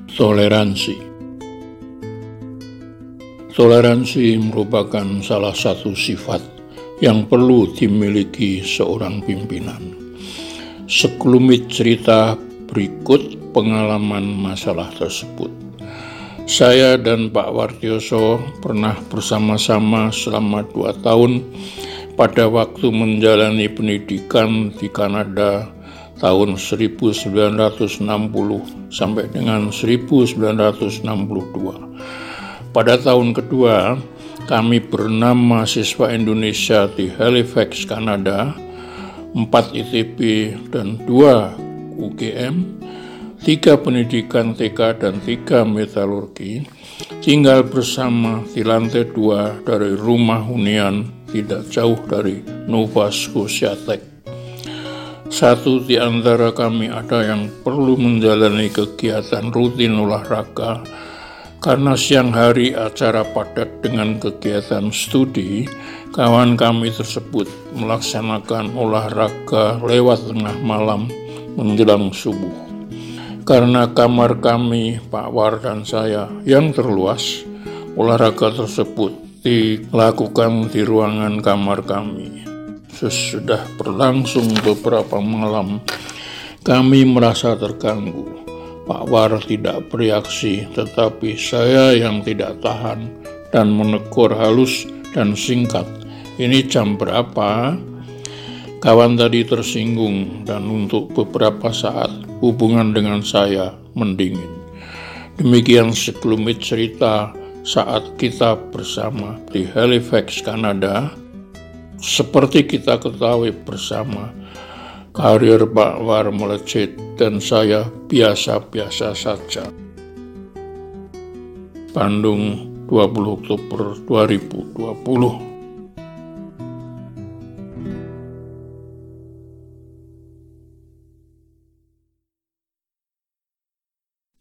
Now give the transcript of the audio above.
Toleransi. Toleransi merupakan salah satu sifat yang perlu dimiliki seorang pimpinan. Sekelumit cerita berikut pengalaman masalah tersebut. Saya dan Pak Wartioso pernah bersama-sama selama 2 tahun pada waktu menjalani pendidikan di Kanada tahun 1960 sampai dengan 1962. Pada tahun kedua, kami berenam mahasiswa Indonesia di Halifax, Kanada, 4 ITB dan 2 UGM, 3 pendidikan TK dan 3 metalurgi, tinggal bersama di lantai 2 dari rumah hunian tidak jauh dari Nova Scotia Tech. Satu di antara kami ada yang perlu menjalani kegiatan rutin olahraga karena siang hari acara padat dengan kegiatan studi. Kawan kami tersebut melaksanakan olahraga lewat tengah malam menjelang subuh. Karena kamar kami, Pak War dan saya, yang terluas, olahraga tersebut dilakukan di ruangan kamar kami. Sesudah berlangsung beberapa malam, kami merasa terganggu. Pak War tidak bereaksi, tetapi saya yang tidak tahan dan menegur halus dan singkat. "Ini jam berapa?" Kawan tadi tersinggung dan untuk beberapa saat hubungan dengan saya mendingin. Demikian sekelumit cerita saat kita bersama di Halifax, Kanada. Seperti kita ketahui bersama, karir Pak War melejit dan saya biasa-biasa saja. Bandung, 20 Oktober 2020.